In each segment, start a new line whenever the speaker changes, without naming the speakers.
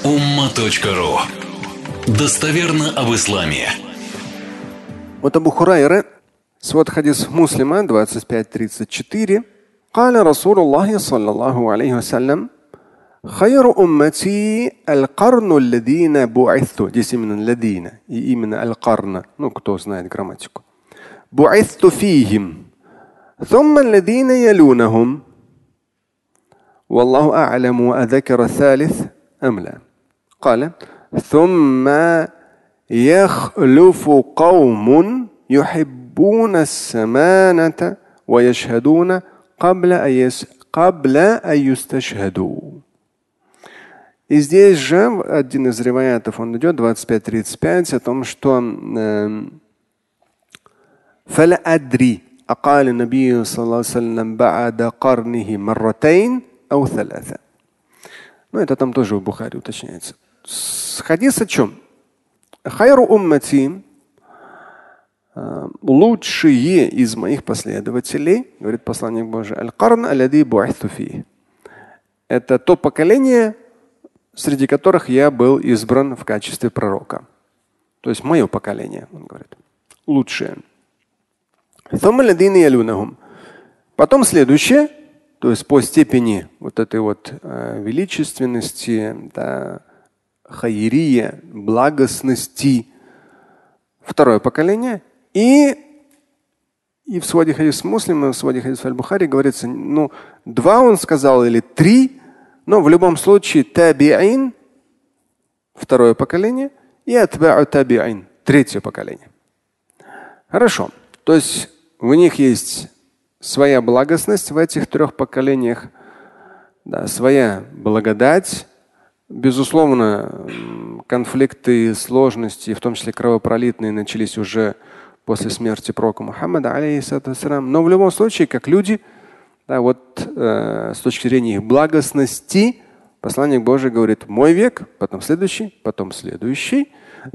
Umma.ru. Достоверно об исламе.
Вот Абу Хурайра, свод хадис Муслима 25:34. قال رسول الله صلى الله عليه وسلم خير أمتي القرن الذين بعثت. Здесь именно الذين и именно القرن. Ну, кто знает грамматику. بعثت فيهم ثم الذين يلونهم والله أعلم أذكر الثالث أم لا. قال ثم يخلف قوم يحبون السمانة ويشهدون قبل أن يستشهدوا. И здесь же один из риваятов, он идет 25:35 о том, что فلا أدري أقال النبي صلى الله عليه وسلم بعد قرنه مرتين أو ثلاثة. Ну, это там тоже в Бухари уточняется. Хадис о чем? Хайру уммати, лучшие из моих последователей, говорит посланник Божий, аль-карн аллади бу'ithу фи. Это то поколение, среди которых я был избран в качестве пророка. То есть мое поколение, он говорит, лучшее. Потом следующее, то есть по степени вот этой вот величественности, да, хайрия, благостности, второе поколение. И в своде хадис Муслима, в своде хадис Аль-Бухари говорится, ну, два он сказал или три, но в любом случае таби'ин, второе поколение, и атба'у таби'ин, третье поколение. Хорошо. То есть в них есть своя благостность в этих трех поколениях, да, своя благодать. Безусловно, конфликты, сложности, в том числе кровопролитные, начались уже после смерти пророка Мухаммада, алейхиссалям. Но в любом случае, как люди, да, вот с точки зрения их благостности, посланник Божий говорит: мой век, потом следующий, потом следующий.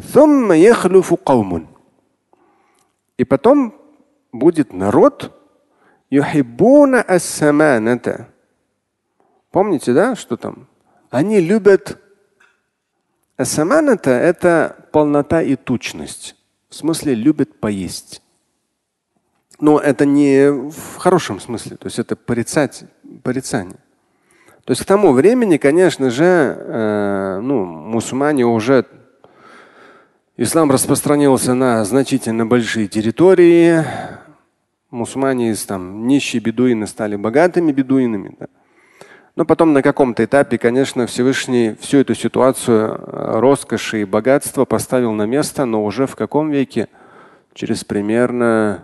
И потом будет народ, юхиббуна ас-саманата. Помните, да, что там? Они любят ас-саманата — это полнота и тучность. В смысле, любят поесть. Но это не в хорошем смысле, то есть это порицание. То есть к тому времени, конечно же, мусульмане уже, ислам распространился на значительно большие территории. Мусульмане из нищие бедуины стали богатыми бедуинами. Да. Но потом на каком-то этапе, конечно, Всевышний всю эту ситуацию роскоши и богатства поставил на место, но уже в каком веке? Через примерно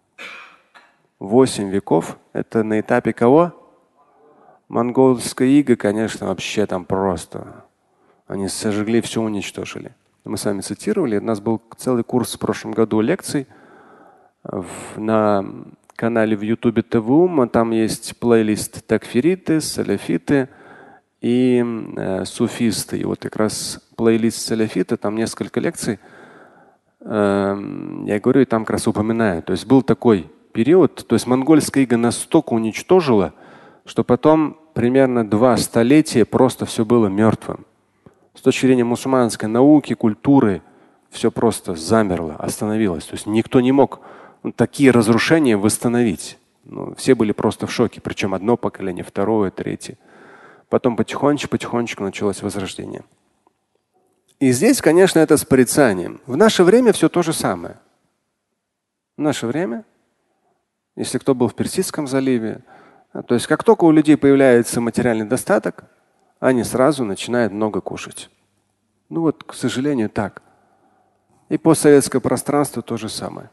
8 веков. Это на этапе кого? Монгольская ига, конечно, вообще там просто. Они сожгли, все уничтожили. Мы с вами цитировали. У нас был целый курс в прошлом году лекций на канале в Ютубе ТВУМ. Там есть плейлист такфириты, салафиты и суфисты. И вот как раз плейлист салафиты, там несколько лекций. Я говорю, и там как раз упоминаю. То есть был такой период, то есть монгольская ига настолько уничтожила, что потом примерно 2 столетия просто все было мертвым. С точки зрения мусульманской науки, культуры, все просто замерло, остановилось. То есть никто не мог такие разрушения восстановить. Все были просто в шоке. Причем одно поколение, второе, третье. Потом потихонечку началось возрождение. И здесь, конечно, это с порицанием. В наше время все то же самое. В наше время, если кто был в Персидском заливе, то есть как только у людей появляется материальный достаток, они сразу начинают много кушать. К сожалению, так. И постсоветское пространство то же самое.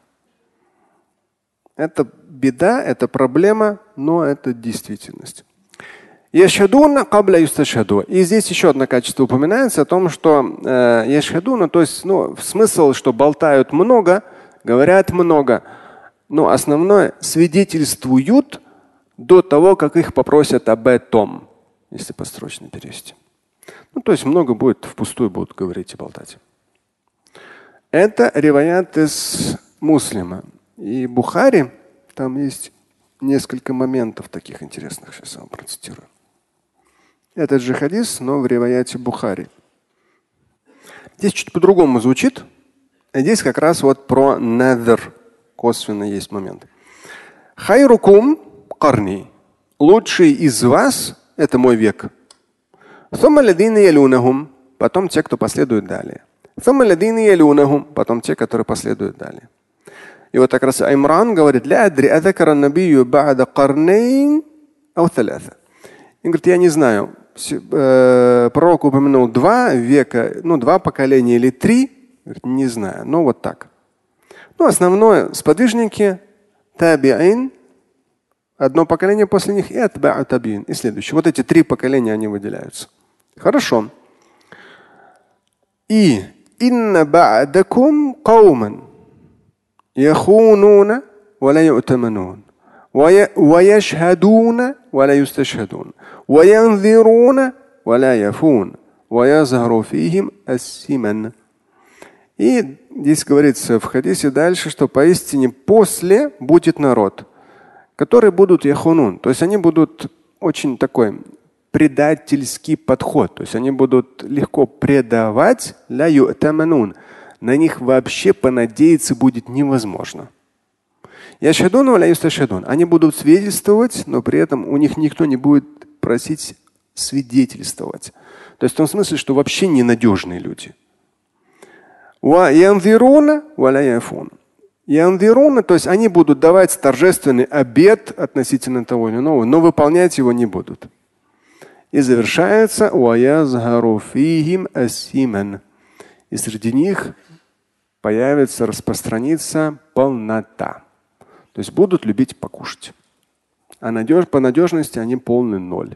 Это беда, это проблема, но это действительность. Яшхадуна кабля юсташхаду. И здесь еще одно качество упоминается о том, что яшхадуна, то есть смысл, что болтают много, говорят много, но основное свидетельствуют до того, как их попросят об этом, если построчно перевести. То есть много будет, впустую будут говорить и болтать. Это риваят из Муслима. И Бухари, там есть несколько моментов таких интересных. Сейчас я вам процитирую. Этот же хадис, но в риваяте Бухари. Здесь чуть по-другому звучит. А здесь как раз вот про надр. Косвенно есть момент. Хайрукум карни. Лучший из вас – это мой век. Сумма ладина ялунахум. Потом те, кто последует далее. Сумма ладина ялунахум. Потом те, которые последуют далее. И вот как раз Имран говорит: «Ля адри адакара набию ба'да карнейн ау талята». И говорит: я не знаю, пророк упомянул 2 века, 2 поколения или 3. Говорит: не знаю, но вот так. Основное сподвижники, табиин, одно поколение после них, и атба'у табиин, и следующее. Вот эти 3 поколения, они выделяются. Хорошо. И инна ба'дакум кауман яхунуна ва ла ю'таманун ва яшхадуна ва ла юсташхадун ва янзируна ва ла яфун ва язхару фихим ас-симан. И здесь говорится в хадисе дальше, что поистине после будет народ, которые будут яхунун. То есть они будут очень такой предательский подход. То есть они будут легко предавать, ля ю'таманун. На них вообще понадеяться будет невозможно. Яшхадун ва ля юсташхадун. Они будут свидетельствовать, но при этом у них никто не будет просить свидетельствовать. То есть в том смысле, что вообще ненадежные люди. Янзируна ва ла яфун. Янзируна, то есть они будут давать торжественный обет относительно того или иного, но выполнять его не будут. И завершается ва язхару фихим ас-симан. И среди них появится, распространится полнота. То есть будут любить покушать. А по надежности они полный 0.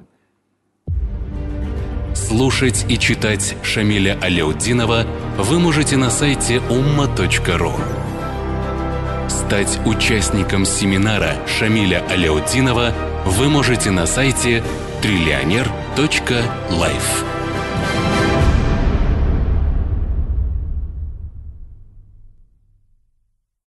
Слушать и читать Шамиля Аляутдинова вы можете на сайте umma.ru. Стать участником семинара Шамиля Аляутдинова вы можете на сайте trillioner.life.